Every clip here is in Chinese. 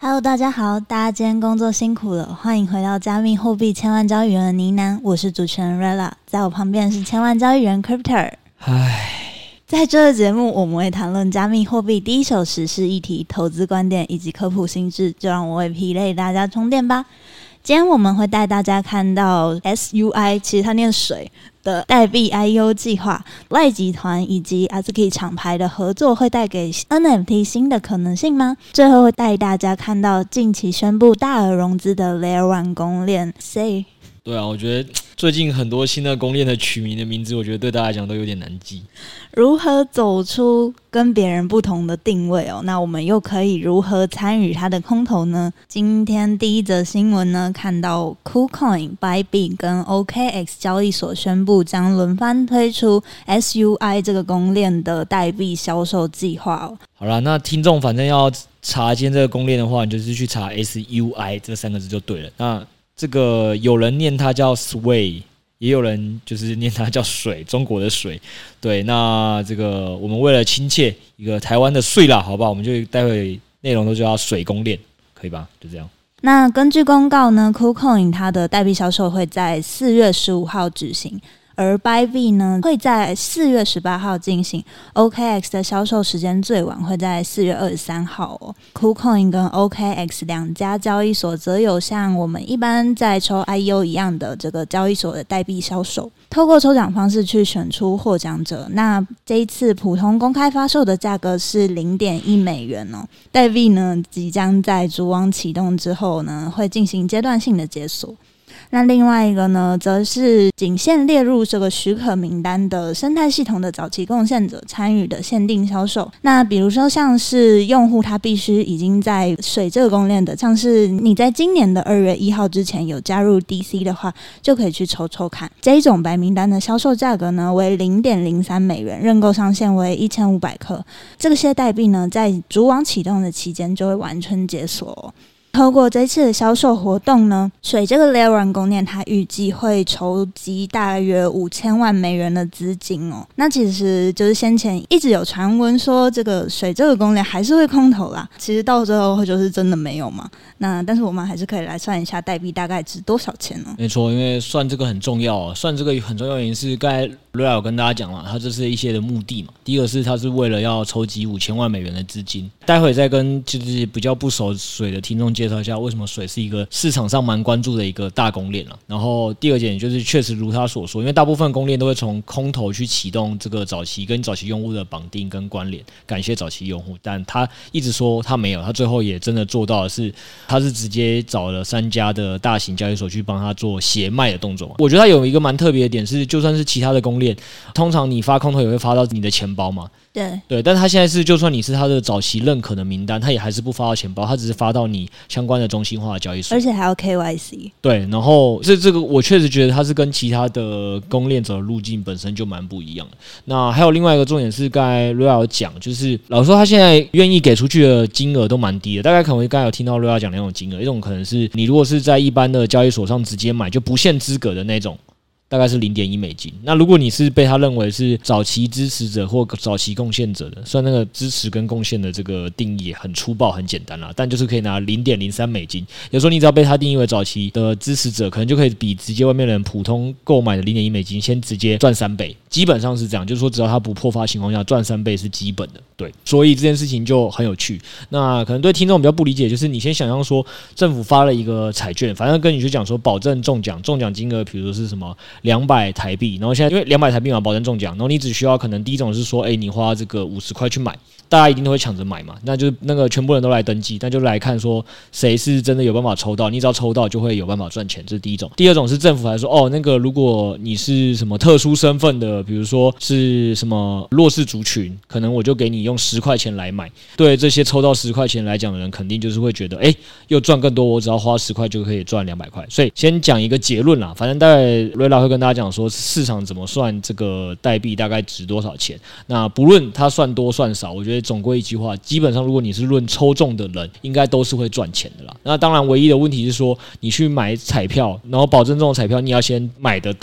Hello， 大家好，大家今天工作辛苦了，欢迎回到加密货币千万交易员的呢喃，我是主持人 Rella， 在我旁边是千万交易员 Cryptor。在这个节目，我们会谈论加密货币第一手时事议题、投资观点以及科普新知，就让我为疲累大家充电吧。今天我们会带大家看到 SUI， 其实它念水的代币 IO 计划，赖集团以及 Azuki 厂牌的合作会带给 NFT 新的可能性吗？最后会带大家看到近期宣布大额融资的 Layer 1公链 Say。 对啊，我觉得最近很多新的公链的取名的名字，我觉得对大家来讲都有点难记。 如何走出跟别人不同的定位哦？那我们又可以如何参与它的空投呢？今天第一则新闻呢，看到 KuCoin、Bybit 跟 OKX 交易所宣布将轮番推出 SUI 这个公链的代币销售计划哦。 好啦，那听众反正要查今天这个公链的话，你就是去查 SUI 这3个字就对了。那这个有人念它叫 Sway， 也有人就是念它叫水，中国的水。对，那这个我们为了亲切一个台湾的税啦，好不好？我们就待会内容都叫水公链，可以吧？就这样。 那根据公告呢 KuCoin 它的代币销售会在4月15号举行，而 Bybit 呢会在4月18号进行， OKX 的销售时间最晚会在4月23号哦。KuCoin 跟 OKX 两家交易所则有像我们一般在抽 IO 一样的这个交易所的代币销售，透过抽奖方式去选出获奖者。那这一次普通公开发售的价格是 0.1 美元哦。代币呢即将在主网启动之后呢会进行阶段性的解锁。那另外一个呢，则是仅限列入这个许可名单的生态系统的早期贡献者参与的限定销售。那比如说像是用户他必须已经在水这个公链的，像是你在今年的2月1号之前有加入 DC 的话，就可以去抽抽看。这一种白名单的销售价格呢为 0.03 美元，认购上限为1500克。这些代币呢在主网启动的期间就会完全解锁哦。透过这次的销售活动呢，水这个 Layer 1公链它预计会筹集大约5000万美元的资金哦。那其实就是先前一直有传闻说这个水这个公链还是会空投啦，其实到最后就是真的没有嘛。那但是我们还是可以来算一下代币大概值多少钱呢？ 没错，因为算这个很重要，算这个很重要的原因是刚才瑞亚有跟大家讲嘛，它这是一些的目的嘛。第一个是它是为了要筹集5000万美元的资金，待会再跟就是比较不熟水的听众介绍一下为什么水是一个市场上蛮关注的一个大公链了。然后第二点就是确实如他所说，因为大部分公链都会从空投去启动这个早期跟早期用户的绑定跟关联，感谢早期用户，但他一直说他没有，他最后也真的做到的是，他是直接找了3家的大型交易所去帮他做协卖的动作。我觉得他有一个蛮特别的点是，就算是其他的公链，通常你发空投也会发到你的钱包嘛。对，但是他现在是，就算你是他的早期认可的名单，他也还是不发到钱包，他只是发到你相关的中心化的交易所， 而且还要 KYC。对， 然后这个我确实觉得他是跟其他的公链走的路径本身就蛮不一样的。那还有另外一个重点是，刚才瑞亚有讲，就是老实说他现在愿意给出去的金额都蛮低的，大概可能刚才有听到瑞亚讲那种金额，一种可能是你如果是在一般的交易所上直接买就不限资格的那种，大概是 0.1 美金。那如果你是被他认为是早期支持者或早期贡献者的，虽然那个支持跟贡献的这个定义很粗暴很简单啦，但就是可以拿 0.03 美金。有时候你只要被他定义为早期的支持者，可能就可以比直接外面的人普通购买的 0.1 美金先直接赚3倍，基本上是这样，就是说只要他不破发情况下赚3倍是基本的。对，所以这件事情就很有趣。那可能对听众比较不理解，就是你先想象说政府发了一个彩券，反正跟你去讲说保证中奖金额比如说是什么200台币，然后现在因为200台币嘛保证中奖，然后你只需要可能第一种是说你花这个50块去买，大家一定都会抢着买嘛，那就是那个全部人都来登记，那就来看说谁是真的有办法抽到，你只要抽到就会有办法赚钱，这是第一种。第二种是政府来说那个如果你是什么特殊身份的，比如说是什么弱势族群，可能我就给你用10块钱来买。对这些抽到10块钱来讲的人，肯定就是会觉得又赚更多，我只要花10块就可以赚200块。所以先讲一个结论啦，反正大概瑞拉会跟大家讲说市场怎么算这个代币大概值多少钱。那不论它算多算少，我觉得总归一句话，基本上如果你是论抽中的人，应该都是会赚钱的啦。那当然唯一的问题是说，你去买彩票，然后保证这种彩票你要先买得到，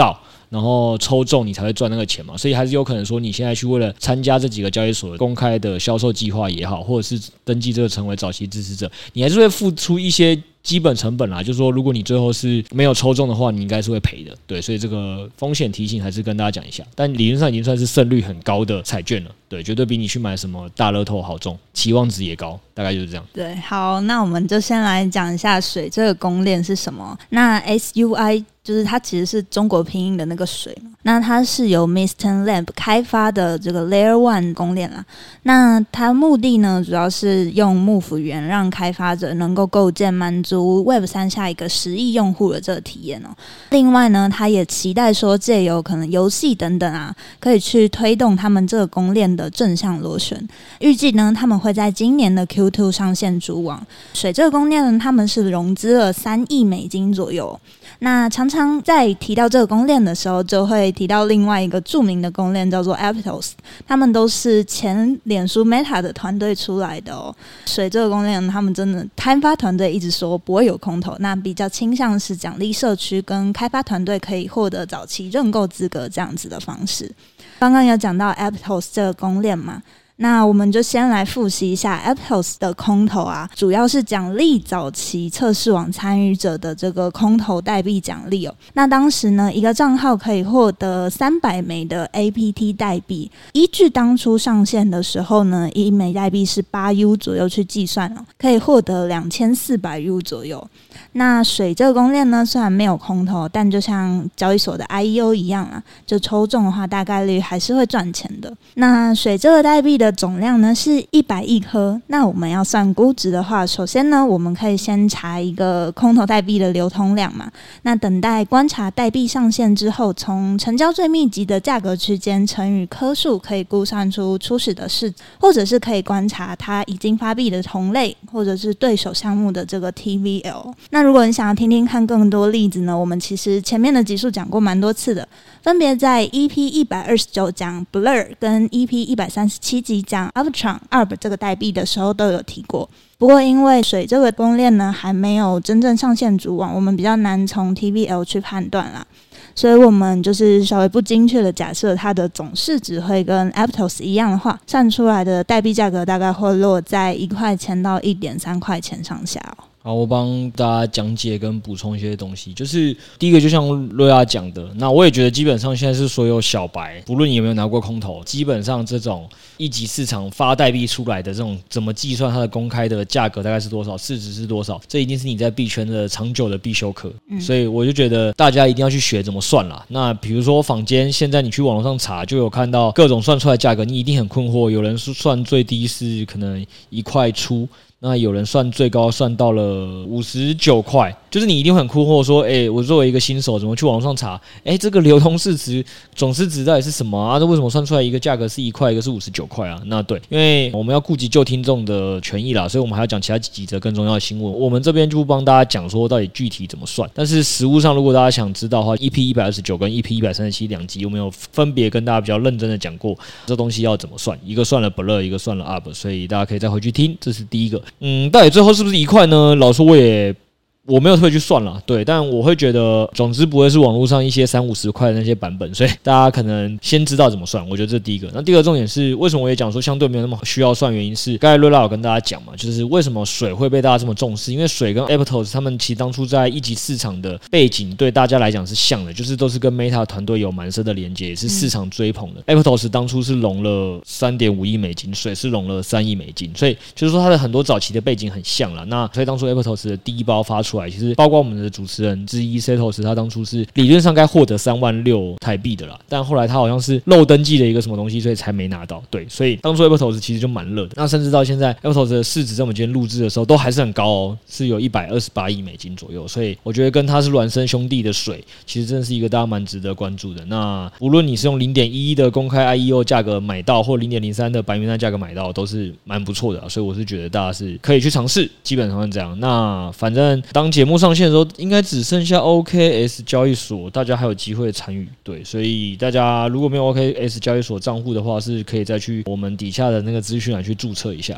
然后抽中你才会赚那个钱嘛，所以还是有可能说你现在去为了参加这几个交易所公开的销售计划也好，或者是登记这个成为早期支持者，你还是会付出一些基本成本啦，就是说如果你最后是没有抽中的话，你应该是会赔的，对，所以这个风险提醒还是跟大家讲一下。但理论上已经算是胜率很高的彩券了，对，绝对比你去买什么大乐透好中，期望值也高，大概就是这样。 对，好，那我们就先来讲一下水这个公链是什么。那 SUI 就是它其实是中国拼音的那个水嘛，那它是由 Misten Lab 开发的这个 Layer 1 公链啦。那它目的呢，主要是用幕府语言让开发者能够构建满足 Web3 下一个10亿用户的这个体验哦。另外呢，它也期待说借由可能游戏等等啊，可以去推动他们这个公链的正向螺旋。预计呢，他们会在今年的 Q2 上线主网。水这个公链呢，他们是融资了3亿美金左右。那常常在提到这个公链的时候，就会提到另外一个著名的公链叫做 Aptos， 他们都是前脸书 Meta 的团队出来的哦。水这个公链，他们真的开发团队一直说不会有空投，那比较倾向是奖励社区跟开发团队可以获得早期认购资格这样子的方式。刚刚有讲到 Aptos 这个公链嘛，那我们就先来复习一下 Aptos 的空投啊，主要是奖励早期测试网参与者的这个空投代币奖励哦。那当时呢，一个账号可以获得300枚的 APT 代币，依据当初上线的时候呢，一枚代币是8U 左右去计算哦，可以获得2400U 左右。那水这个公链呢，虽然没有空投，但就像交易所的 IEO 一样啊，就抽中的话，大概率还是会赚钱的。那水这个代币的总量呢是100亿颗。那我们要算估值的话，首先呢，我们可以先查一个空投代币的流通量嘛。那等待观察代币上线之后，从成交最密集的价格区间乘以颗数，可以估算出初始的市值，或者是可以观察它已经发币的同类或者是对手项目的这个 TVL。那如果你想要听听看更多例子呢，我们其实前面的集数讲过蛮多次的，分别在 EP129 讲 Blur 跟 EP137 集讲 Arbitrum ARB 这个代币的时候都有提过。不过因为水这个公链呢还没有真正上线主网，我们比较难从 TVL 去判断啦，所以我们就是稍微不精确的假设它的总市值会跟 Aptos 一样的话，算出来的代币价格大概会落在1块钱到1.3块钱上下哦。 好，我帮大家讲解跟补充一些东西。就是第一个，就像瑞亚讲的，那我也觉得基本上现在是所有小白，不论你有没有拿过空投，基本上这种一级市场发代币出来的这种怎么计算它的公开的价格大概是多少，市值是多少，这一定是你在币圈的长久的必修课。所以我就觉得大家一定要去学怎么算啦。那比如说坊间现在你去网络上查，就有看到各种算出来的价格，你一定很困惑。有人算最低是可能1块出。那有人算最高算到了59块，就是你一定会很困惑说，我作为一个新手，怎么去网上查？这个流通市值、总市值到底是什么啊？这为什么算出来一个价格是1块，一个是59块啊？那对，因为我们要顾及旧听众的权益啦，所以我们还要讲其他几则更重要的新闻。我们这边就不帮大家讲说到底具体怎么算，但是实务上，如果大家想知道的话 ，EP129 跟 EP137 两集有没有分别跟大家比较认真的讲过这东西要怎么算？一个算了 Blur， 一个算了 UP， 所以大家可以再回去听，这是第一个。到底最后是不是1块呢？老实说我没有特别去算啦，对，但我会觉得总之不会是网络上一些30-50块的那些版本，所以大家可能先知道怎么算，我觉得这是第一个。那第二个重点是，为什么我也讲说相对没有那么需要算，原因是刚才瑞拉有跟大家讲嘛，就是为什么水会被大家这么重视，因为水跟 Aptos 他们其实当初在一级市场的背景对大家来讲是像的，就是都是跟 Meta 团队有蛮深的连接，也是市场追捧的。Aptos 当初是融了3.5亿美金，水是融了3亿美金，所以就是说它的很多早期的背景很像啦。那所以当初 Aptos 的第一包发出来，其实包括我们的主持人之一 Setos， 他当初是理论上该获得36000台币的啦，但后来他好像是漏登记了一个什么东西，所以才没拿到。对，所以当初 Aptos 其实就蛮热的。那甚至到现在 Aptos 的市值在我们今天录制的时候都还是很高哦，是有128亿美金左右。所以我觉得跟他是孪生兄弟的水，其实真的是一个大家蛮值得关注的。那无论你是用0.11的公开 IEO 价格买到，或0.03的白名单价格买到，都是蛮不错的啊。所以我是觉得大家是可以去尝试，基本上是这样。那反正当节目上线的时候，应该只剩下 OKS 交易所，大家还有机会参与。对，所以大家如果没有 OKS 交易所账户的话，是可以再去我们底下的那个资讯栏去注册一下。对。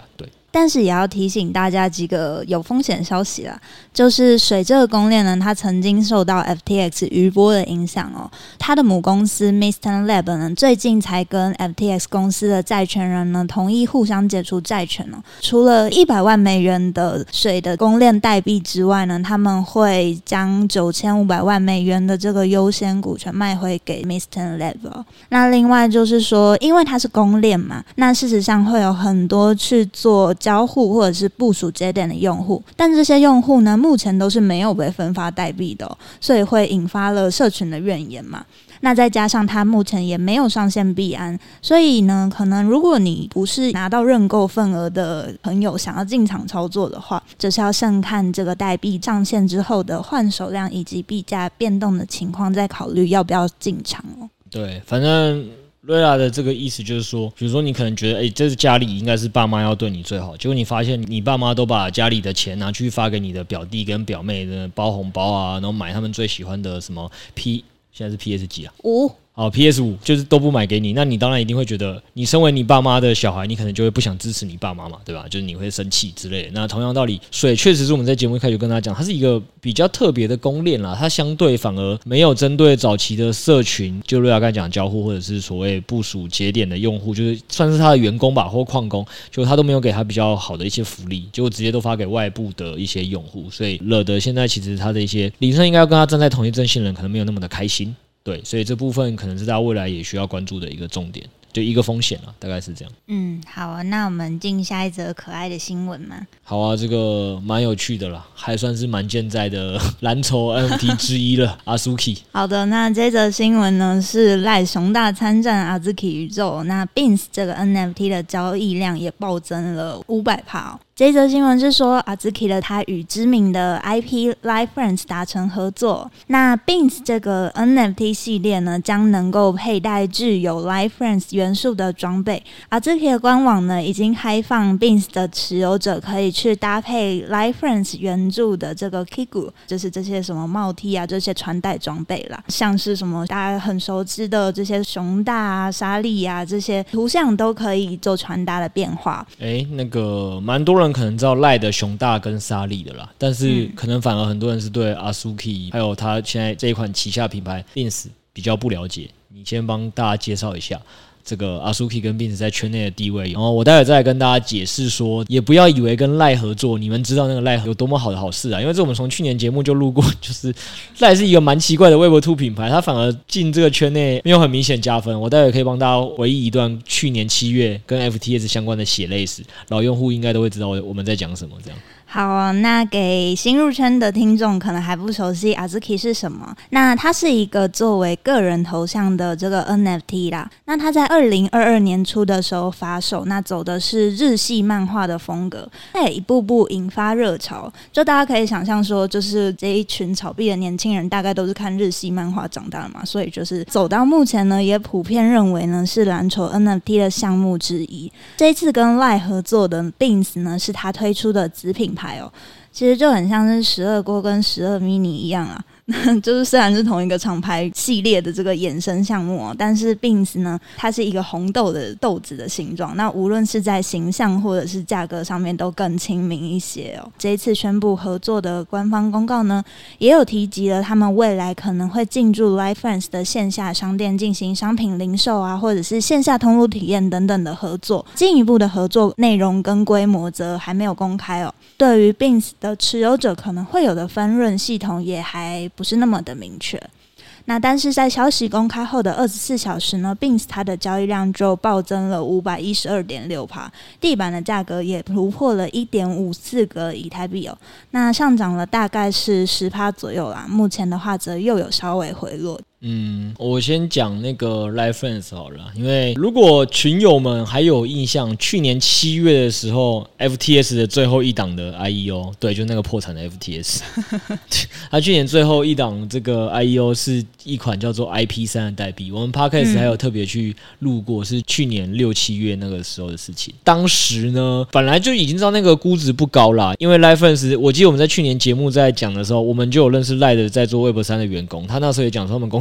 但是也要提醒大家几个有风险消息啦，就是水这个公链呢，它曾经受到 FTX 余波的影响哦。它的母公司 Mysten Lab 呢，最近才跟 FTX 公司的债权人呢同意互相解除债权哦。除了100万美元的水的公链代币之外呢，他们会将9500万美元的这个优先股权卖回给 Mysten Lab 哦。那另外就是说，因为它是公链嘛，那事实上会有很多去做交互或者是部署节点的用户，但这些用户呢，目前都是没有被分发代币的哦，所以会引发了社群的怨言嘛。那再加上它目前也没有上线币安，所以呢，可能如果你不是拿到认购份额的朋友想要进场操作的话，就是要慎看这个代币上线之后的换手量以及币价变动的情况，再考虑要不要进场哦。 对，反正瑞拉的这个意思就是说，比如说你可能觉得，这是家里应该是爸妈要对你最好，结果你发现你爸妈都把家里的钱拿去发给你的表弟跟表妹的包红包啊，然后买他们最喜欢的什么现在是 PS 几啊？5。好 PS5 就是都不买给你，那你当然一定会觉得，你身为你爸妈的小孩，你可能就会不想支持你爸妈嘛，对吧？就是你会生气之类的。那同样道理，水确实是我们在节目一开始就跟大家讲，它是一个比较特别的公链啦，它相对反而没有针对早期的社群，就瑞亚刚才讲的交互或者是所谓部署节点的用户，就是算是他的员工吧或矿工，就他都没有给他比较好的一些福利，结果直接都发给外部的一些用户，所以惹得现在其实他的一些理论上应该要跟他站在同一阵线的人，可能没有那么的开心。对，所以这部分可能是大家未来也需要关注的一个重点，就一个风险啊，大概是这样。 好啊，那我们进下一则可爱的新闻嘛。 好啊，这个蛮有趣的啦，还算是蛮健在的蓝筹 NFT 之一了，Azuki。 好的，那这则新闻呢是赖熊大参战 Azuki 宇宙，那 Beans 这个 NFT 的交易量也暴增了500%哦。这则新闻是说 Azuki 的他与知名的 IP Live Friends 达成合作，那 Beans 这个 NFT 系列呢将能够佩戴具有 Live Friends 元素的装备。Azuki 的官网呢已经开放 Beans 的持有者可以去搭配 Live Friends 原著的这个 Kigu， 就是这些什么帽 T 啊，这些穿戴装备啦，像是什么大家很熟知的这些熊大啊、莎莉啊，这些图像都可以做穿搭的变化。 那个蛮多人可能知道赖的熊大跟莎莉的啦，但是可能反而很多人是对 Azuki 还有他现在这一款旗下品牌 Beans 比较不了解。你先帮大家介绍一下这个 Azuki 跟 Beans 在圈内的地位，然后我待会再来跟大家解释说，也不要以为跟赖合作，你们知道那个赖有多么好的好事啊，因为这我们从去年节目就录过，就是赖是一个蛮奇怪的 Web2 品牌，它反而进这个圈内没有很明显加分。我待会可以帮大家回忆一段去年7月跟 FTS 相关的血泪史，老用户应该都会知道我们在讲什么这样。 好啊，那给新入圈的听众可能还不熟悉 Azuki 是什么，那它是一个作为个人头像的这个 NFT 啦。那它在2022年初的时候发售，那走的是日系漫画的风格，那也一步步引发热潮。就大家可以想象说，就是这一群炒币的年轻人大概都是看日系漫画长大的嘛，所以就是走到目前呢，也普遍认为呢是蓝筹 NFT 的项目之一。这一次跟 LINE 合作的 Beans 呢，是他推出的子品牌哦，其实就很像是12锅跟12 mini 一样啊。就是虽然是同一个厂牌系列的这个衍生项目哦，但是 Beans 呢，它是一个红豆的豆子的形状，那无论是在形象或者是价格上面都更亲民一些哦。这一次宣布合作的官方公告呢，也有提及了他们未来可能会进驻 Live Friends 的线下商店进行商品零售啊，或者是线下通路体验等等的合作。进一步的合作内容跟规模则还没有公开哦。对于 Beans 的持有者可能会有的分润系统也还不是那么的明确。那但是在消息公开后的24小时呢 Beans 它的交易量就暴增了 512.6%， 地板的价格也突破了 1.54 个以太币哦，那上涨了大概是 10% 左右啦，目前的话则又有稍微回落。 我先讲那个 Live Friends 好了，因为如果群友们还有印象，去年7月的时候 FTS 的最后一档的 IEO， 对，就那个破产的 FTS 他去年最后一档这个 IEO 是一款叫做 IP3 的代币，我们 Podcast 还有特别去录过，是去年6、7月那个时候的事情。当时呢本来就已经知道那个估值不高啦，因为 Live Friends 我记得我们在去年节目在讲的时候，我们就有认识赖的在做 Web3 的员工，他那时候也讲说他们公司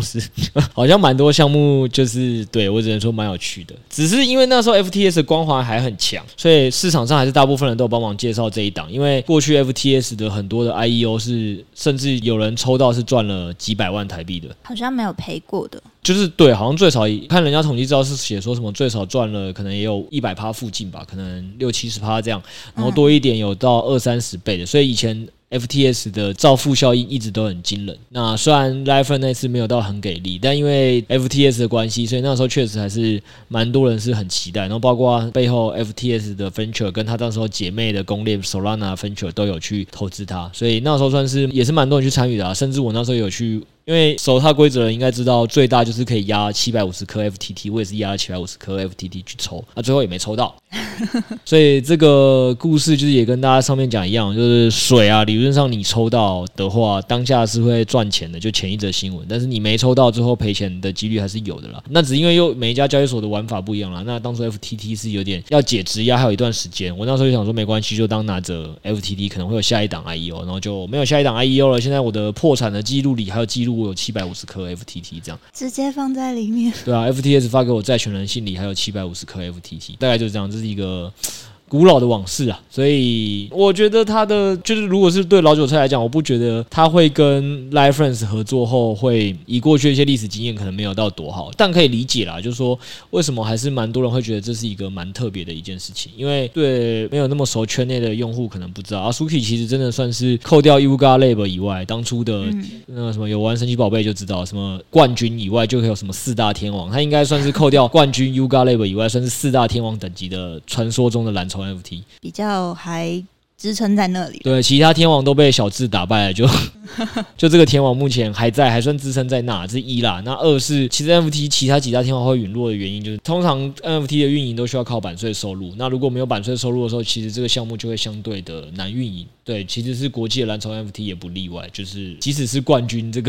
司，好像蛮多项目就是对我只能说蛮有趣的。只是因为那时候 FTS 的光环还很强，所以市场上还是大部分人都有帮忙介绍这一档。因为过去 FTS 的很多的 IEO 是甚至有人抽到是赚了几百万台币的， 好像没有赔过的。 就是对，好像最少看人家统计资料是写说什么最少赚了可能也有100%附近吧，可能60-70%这样，然后多一点有到20-30倍的，所以以前FTS 的照付效应一直都很惊人。那虽然 Lifer 那次没有到很给力，但因为 FTS 的关系，所以那时候确实还是蛮多人是很期待。然后包括背后 FTS 的 Venture 跟他那时候姐妹的公链 Solana Venture 都有去投资他，所以那时候算是也是蛮多人去参与的啊。甚至我那时候有去，因为熟它规则的人应该知道，最大就是可以压750颗 FTT， 我也是压了750颗 FTT 去抽，最后也没抽到。所以这个故事就是也跟大家上面讲一样，就是水啊，理论上你抽到的话，当下是会赚钱的，就前一则新闻。但是你没抽到之后赔钱的几率还是有的啦。那只因为又每一家交易所的玩法不一样啦。那当初 FTT 是有点要解质押，还有一段时间，我那时候就想说没关系，就当拿着 FTT 可能会有下一档 IEO， 然后就没有下一档 IEO 了。现在我的破产的记录里还有记录我有750颗 FTT 这样， 直接放在里面。 对啊 ，FTS 发给我债权人信里还有750颗 FTT， 大概就是这样，这是一个古老的往事啊，所以我觉得他的就是，如果是对老韭菜来讲，我不觉得他会跟 Live Friends 合作后会以过去的一些历史经验可能没有到多好，但可以理解啦，就是说为什么还是蛮多人会觉得这是一个蛮特别的一件事情，因为对没有那么熟圈内的用户可能不知道，Azuki 其实真的算是扣掉 Yuga Lab 以外，当初的那个什么有玩神奇宝贝就知道，什么冠军以外就会有什么4大天王，他应该算是扣掉冠军 Yuga Lab 以外，算是4大天王等级的传说中的蓝筹NFT， 比较还支撑在那里。 对，其他天王都被小智打败了，就这个天王目前还在，还算支撑在那，这是一啦。那二是其实 NFT 其他几大天王会陨落的原因，就是通常 NFT 的运营都需要靠版税收入，那如果没有版税收入的时候，其实这个项目就会相对的难运营。对，其实是国际的蓝筹 NFT 也不例外，就是即使是冠军这个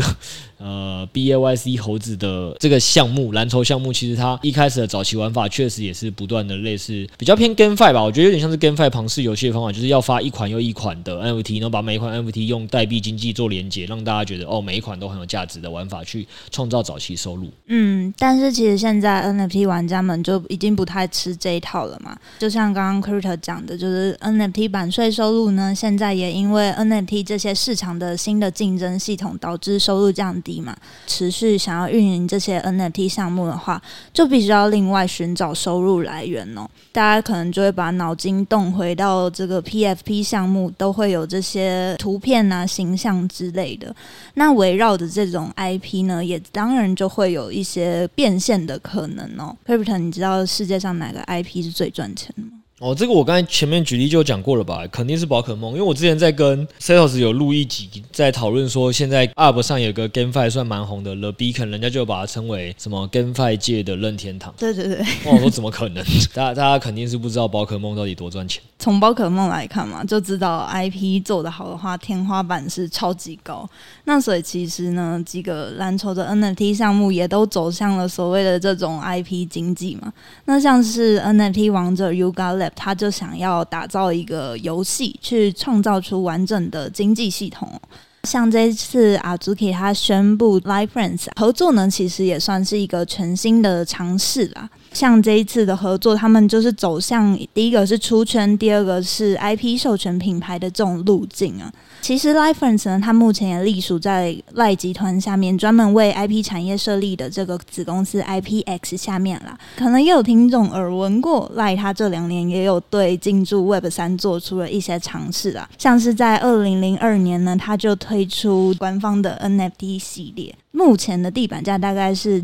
BAYC 猴子的这个项目，蓝筹项目，其实它一开始的早期玩法确实也是不断的类似，比较偏 GameFi 吧，我觉得有点像是 GameFi 庞氏游戏的方法，就是要发一款又一款的 NFT， 然后把每一款 NFT 用代币经济做连结，让大家觉得每一款都很有价值的玩法去创造早期收入。 但是其实现在 NFT 玩家们就已经不太吃这一套了嘛，就像刚刚 Critter 讲的，就是 NFT 版税收入呢，现在也因为 NFT 这些市场的新的竞争系统导致收入降低嘛，持续想要运营这些 NFT 项目的话，就必须要另外寻找收入来源哦。大家可能就会把脑筋动回到这个 PFP 项目，都会有这些图片啊、形象之类的。那围绕着这种 IP 呢，也当然就会有一些变现的可能哦。Critter， 你知道世界上哪个 IP 是最赚钱的吗？ 这个我刚才前面举例就讲过了吧，肯定是宝可梦，因为我之前在跟 Setos 有录一集，在讨论说现在 App 上有个 GameFi 算蛮红的 The Beacon， 人家就把它称为什么 GameFi 界的任天堂。 对对对， 我说怎么可能？大家肯定是不知道宝可梦到底多赚钱。 从宝可梦来看嘛，就知道 IP 做得好的话，天花板是超级高。那所以其实呢，几个蓝筹的 NFT 项目也都走向了所谓的这种 IP 经济嘛。那像是 NFT 王者 Yuga Lab，他就想要打造一个游戏，去创造出完整的经济系统。像这一次 Azuki 他宣布 Live Friends 合作呢，其实也算是一个全新的尝试啦。像这一次的合作，他们就是走向第一个是出圈，第二个是 IP 授权品牌的这种路径啊。其实 Live Friends 呢，它目前也隶属在赖集团下面，专门为 IP 产业设立的这个子公司 IPX 下面啦。可能也有听众耳闻过赖，它这2年也有对进驻 Web3 做出了一些尝试啊，像是在2002年呢，它就推出官方的 NFT 系列。目前的地板价大概是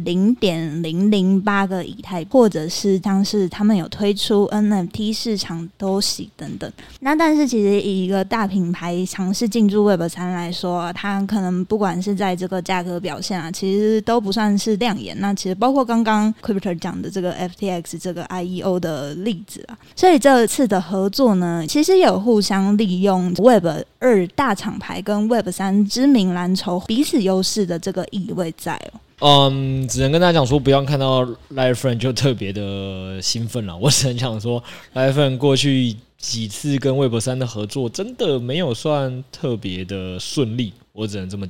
0.008 个以太，或者是像是他们有推出 NFT 市场都喜等等。那但是其实以一个大品牌尝试进驻 Web3 来说，它可能不管是在这个价格表现啊，其实都不算是亮眼。那其实包括刚刚 Critter 讲的这个 FTX 这个 IEO 的例子啊，所以这次的合作呢，其实也有互相利用 Web2 大厂牌跟 Web3 知名蓝筹彼此优势的这个意味在哦。 只能跟大家讲说，不要看到 Live Friend 就特别的兴奋了。我只能讲说 ，Live Friend 过去几次跟 Web3 的合作，真的没有算特别的顺利，我只能这么讲。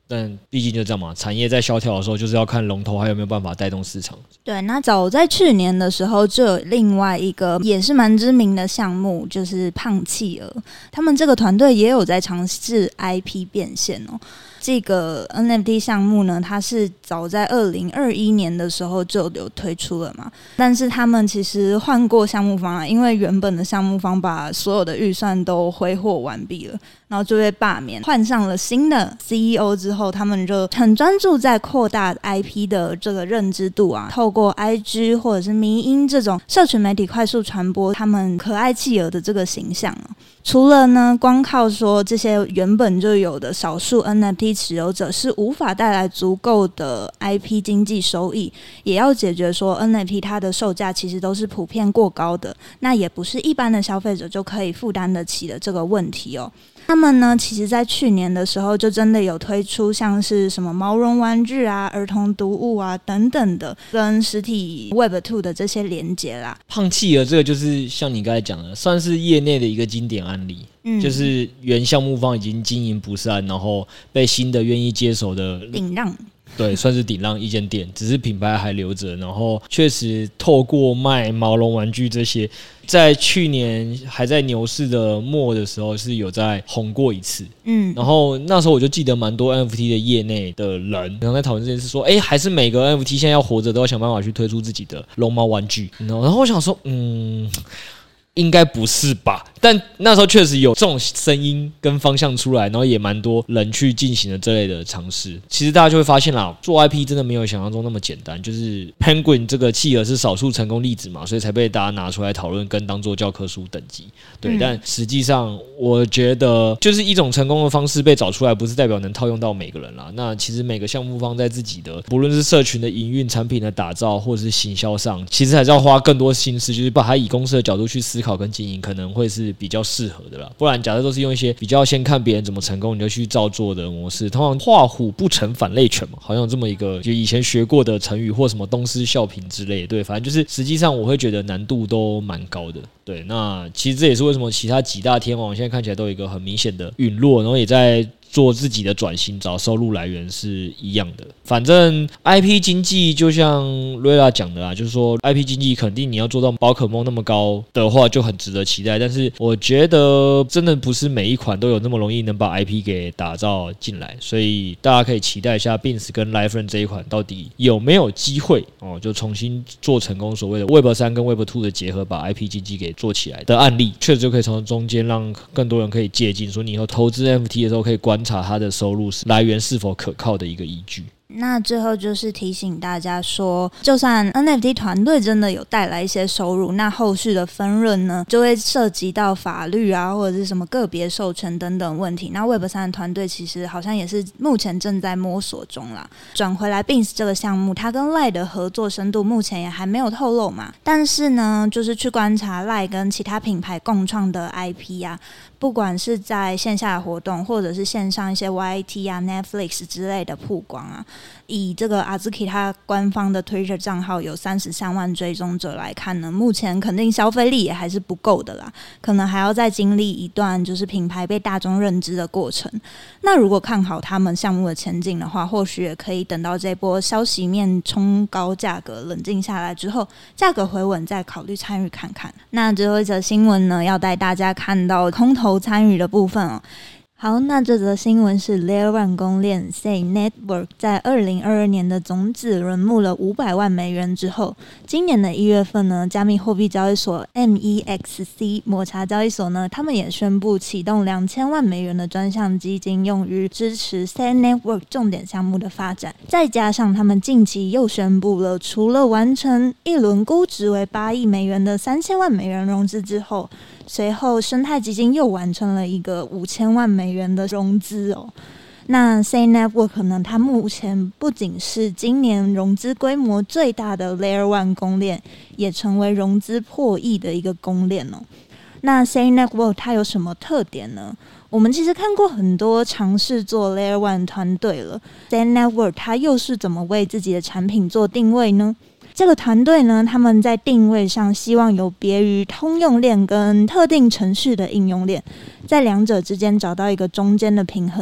但毕竟就这样嘛，产业在萧条的时候，就是要看龙头还有没有办法带动市场。 对，那早在去年的时候，就有另外一个也是蛮知名的项目，就是胖企鹅，他们这个团队也有在尝试 IP 变现哦。这个 NFT 项目呢，它是早在2021年的时候就有推出了嘛，但是他们其实换过项目方因为原本的项目方把所有的预算都挥霍完毕了，然后就被罢免，换上了新的 CEO 之后，他们就很专注在扩大 IP 的这个认知度透过 IG 或者是迷因这种社群媒体快速传播他们可爱企鹅的这个形象除了呢，光靠说这些原本就有的少数 NFT 持有者是无法带来足够的 IP 经济收益，也要解决说 NFT 它的售价其实都是普遍过高的，那也不是一般的消费者就可以负担得起的这个问题他们呢，其实在去年的时候就真的有推出像是什么毛绒玩具儿童读物等等的，跟实体 Web2 的这些连结啦。 胖企鹅这个就是像你刚才讲的，算是业内的一个经典案例。就是原项目方已经经营不善，然后被新的愿意接手的顶让。 对，算是顶让一间店，只是品牌还留着，然后确实透过卖毛绒玩具这些，在去年还在牛市的末的时候是有在红过一次，然后那时候我就记得蛮多 NFT 的业内的人然后在讨论这件事，说还是每个 NFT 现在要活着都要想办法去推出自己的龙猫玩具，然后我想说应该不是吧，但那时候确实有这种声音跟方向出来，然后也蛮多人去进行了这类的尝试。其实大家就会发现啦，做 IP 真的没有想象中那么简单，就是 Penguin 这个企鹅是少数成功例子嘛，所以才被大家拿出来讨论跟当做教科书等级。对，但实际上我觉得就是一种成功的方式被找出来，不是代表能套用到每个人啦。那其实每个项目方在自己的不论是社群的营运、产品的打造或者是行销上，其实还是要花更多心思，就是把它以公司的角度去思考跟经营，可能会是比较适合的啦。不然假设都是用一些比较先看别人怎么成功你就去照做的模式，通常画虎不成反类犬嘛，好像有这么一个就以前学过的成语或什么东施效颦之类的。对，反正就是实际上我会觉得难度都蛮高的。对，那其实这也是为什么其他几大天王现在看起来都有一个很明显的陨落，然后也在做自己的转型，找收入来源是一样的。反正 IP 经济就像瑞拉讲的啦，就是说 IP 经济肯定你要做到宝可梦那么高的话就很值得期待，但是我觉得真的不是每一款都有那么容易能把 IP 给打造进来，所以大家可以期待一下 Beans 跟 Liferent 这一款到底有没有机会就重新做成功所谓的 Web3 跟 Web2 的结合，把 IP 经济给做起来的案例，确实就可以从中间让更多人可以借鉴，说你以后投资 NFT 的时候可以观察它的收入来源是否可靠的一个依据。 那最后就是提醒大家说，就算 NFT 团队真的有带来一些收入，那后续的分润呢就会涉及到法律或者是什么个别授权等等问题。那 Web3 的团队其实好像也是目前正在摸索中啦。转回来 Beans 这个项目，它跟 LINE 的合作深度目前也还没有透露嘛，但是呢就是去观察 LINE 跟其他品牌共创的 IP 不管是在线下的活动或者是线上一些 YT Netflix 之类的曝光以这个 Azuki 他官方的 Twitter 账号有33万追踪者来看呢，目前肯定消费力也还是不够的啦，可能还要再经历一段就是品牌被大众认知的过程。那如果看好他们项目的前景的话，或许也可以等到这波消息面冲高价格冷静下来之后，价格回稳再考虑参与看看。那最后一则新闻呢，要带大家看到空头参与的部分好，那这则新闻是 Layer 1公链 Say Network 在2022年的总子轮募了500万美元之后，今年的1月份呢，加密货币交易所 MEXC 抹茶交易所呢，他们也宣布启动2000万美元的专项基金，用于支持 Say Network 重点项目的发展。再加上他们近期又宣布了，除了完成一轮估值为8亿美元的3000万美元融资之后，随后生态基金又完成了一个5000万美元的融资那 Say Network 呢，它目前不仅是今年融资规模最大的 Layer 1公链，也成为融资破亿的一个公链那 Say Network 它有什么特点呢？我们其实看过很多尝试做 Layer 1团队了， Say Network 它又是怎么为自己的产品做定位呢？这个团队呢，他们在定位上希望有别于通用链跟特定程序的应用链，在两者之间找到一个中间的平衡，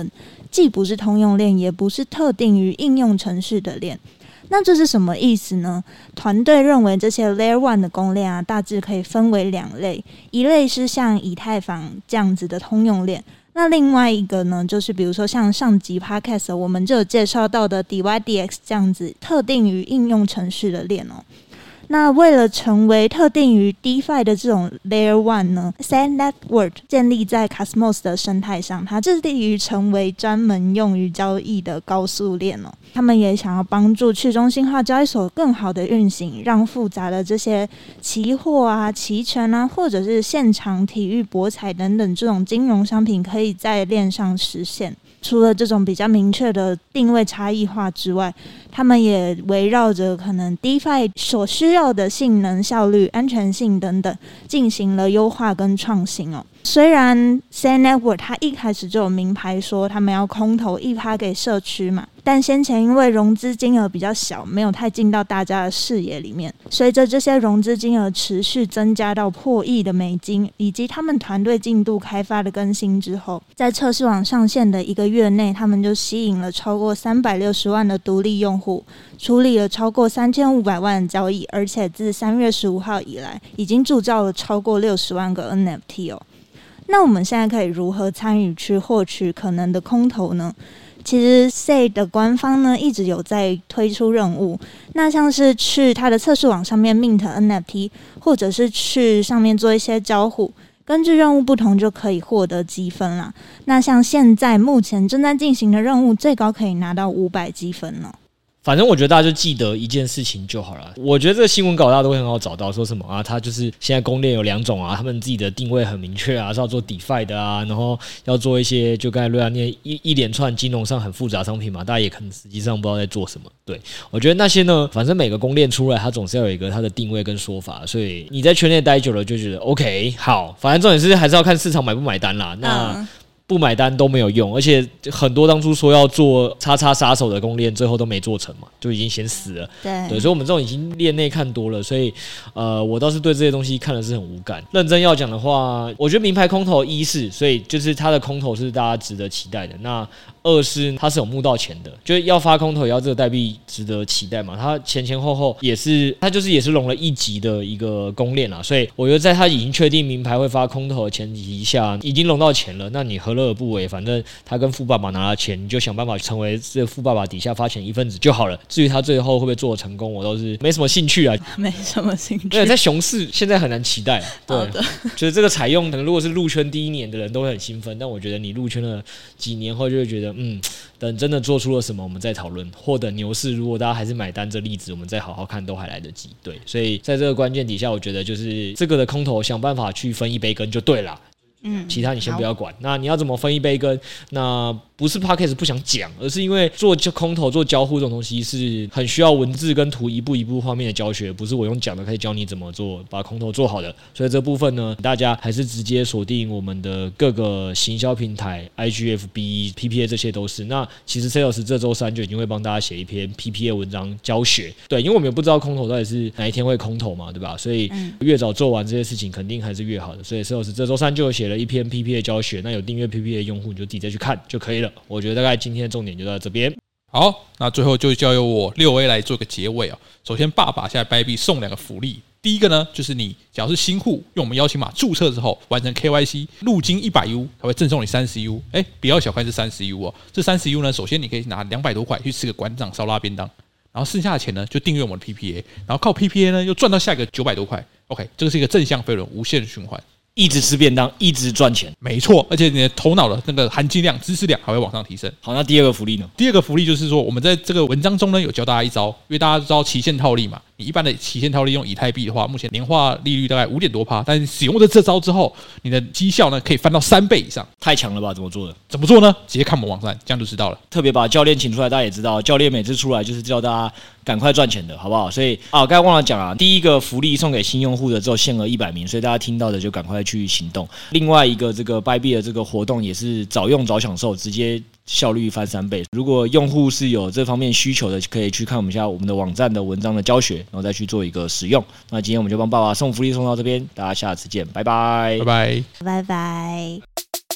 既不是通用链，也不是特定于应用程式的链。那这是什么意思呢？团队认为这些 Layer 1的公链大致可以分为2类，一类是像以太坊这样子的通用链，那另外一个呢，就是比如说像上集 Podcast 我们就有介绍到的 DYDX 这样子特定于应用程式的链那为了成为特定于 DeFi 的这种 Layer 1呢 ，Set Network 建立在 Cosmos 的生态上，它致力于成为专门用于交易的高速链他们也想要帮助去中心化交易所更好的运行，让复杂的这些期货期权或者是现场体育博彩等等这种金融商品可以在链上实现。除了这种比较明确的定位差异化之外，他们也围绕着可能 DeFi 所需要的性能、效率、安全性等等进行了优化跟创新虽然 Set Network 它一开始就有明牌说他们要空投1%给社区嘛，但先前因为融资金额比较小，没有太进到大家的视野里面。随着这些融资金额持续增加到破亿的美金，以及他们团队进度开发的更新之后，在测试网上线的1个月内，他们就吸引了超过360万的独立用户，处理了超过3500万的交易，而且自3月15号以来，已经铸造了超过60万个 NFT 那我们现在可以如何参与去获取可能的空投呢？其实 SEI 的官方呢一直有在推出任务，那像是去它的测试网上面 mint NFT， 或者是去上面做一些交互，根据任务不同就可以获得积分啦。那像现在目前正在进行的任务，最高可以拿到500积分呢。 反正我觉得大家就记得一件事情就好了。我觉得这个新闻稿大家都会很好找到，说什么它就是现在公链有2种他们自己的定位很明确是要做 DeFi 的然后要做一些就刚才瑞亚念一连串金融上很复杂商品嘛，大家也可能实际上不知道在做什么。对，我觉得那些呢，反正每个公链出来，它总是要有一个它的定位跟说法，所以你在圈内待久了就觉得 OK 好，反正重点是还是要看市场买不买单啦。那不买单都没有用，而且很多当初说要做叉叉杀手的公链，最后都没做成嘛，就已经先死了。对，所以我们这种已经链内看多了，所以我倒是对这些东西看的是很无感。认真要讲的话，我觉得名牌空头是，所以就是它的空头是大家值得期待的。那2是它是有募到钱的，就是要发空头也要这个代币值得期待嘛。它前后也是，它就是也是融了1级的一个公链所以我觉得在它已经确定名牌会发空头的前提下，已经融到钱了，那你何乐而不为？反正他跟富爸爸拿了钱，你就想办法成为这富爸爸底下发钱一份子就好了。至于他最后会不会做得成功，我都是没什么兴趣没什么兴趣。 对，在熊市现在很难期待。对，就是这个采用，可能如果是入圈第1年的人都会很兴奋，但我觉得你入圈了几年后，就会觉得等真的做出了什么，我们再讨论。或者牛市，如果大家还是买单这例子，我们再好好看，都还来得及。对，所以在这个关键底下，我觉得就是这个的空头想办法去分一杯羹就对了。其他你先不要管。那你要怎么分一杯羹？那不是 Podcast 不想讲，而是因为做空头、做交互这种东西是很需要文字跟图一步一步画面的教学，不是我用讲的可以教你怎么做，把空头做好的。所以这部分呢，大家还是直接锁定我们的各个行销平台 ，IGFB、PPA 这些都是。那其实 Sales 这周3就已经会帮大家写一篇 PPA 文章教学。对，因为我们也不知道空头到底是哪一天会空头嘛，对吧？所以越早做完这些事情，肯定还是越好的。所以 Sales 这周3就有写了一篇 PPA 教学，那有订阅 PPA 的用户你就自己再去看就可以了。我觉得大概今天的重点就到这边。 好，那最后就交由我6A 来做个结尾首先，爸爸现在 Bybit 送2个福利。第一个呢，就是你只要是新户，用我们邀请码注册之后，完成 KYC 入金100U，它会赠送你30U。不要小看这30U这30U呢，首先你可以拿200多块去吃个馆长烧腊便当，然后剩下的钱呢就订阅我们的 PPA， 然后靠 PPA 呢又赚到下一个900多块。OK， 这个是一个正向飞轮，无限循环。 一直吃便当，一直赚钱， 没错，而且你的头脑的那个含金量、知识量还会往上提升。 好，那第二个福利呢？ 第二个福利就是说，我们在这个文章中呢有教大家一招，因为大家知道期限套利嘛，你一般的期限套利用以太币的话，目前年化利率大概5点多%，但是使用了这招之后，你的绩效呢可以翻到3倍以上， 太强了吧？怎么做的？ 怎么做呢？直接看我们网站，这样就知道了。 特别把教练请出来，大家也知道，教练每次出来就是叫大家赶快赚钱的，好不好？所以刚才忘了讲第一个福利送给新用户的只有限额100名，所以大家听到的就赶快去行动。另外一个这个 Bybit 的这个活动也是早用早享受，直接效率翻3倍。如果用户是有这方面需求的，可以去看我们一下我们的网站的文章的教学，然后再去做一个使用。那今天我们就帮爸爸送福利送到这边，大家下次见，拜拜， 拜拜， 拜拜。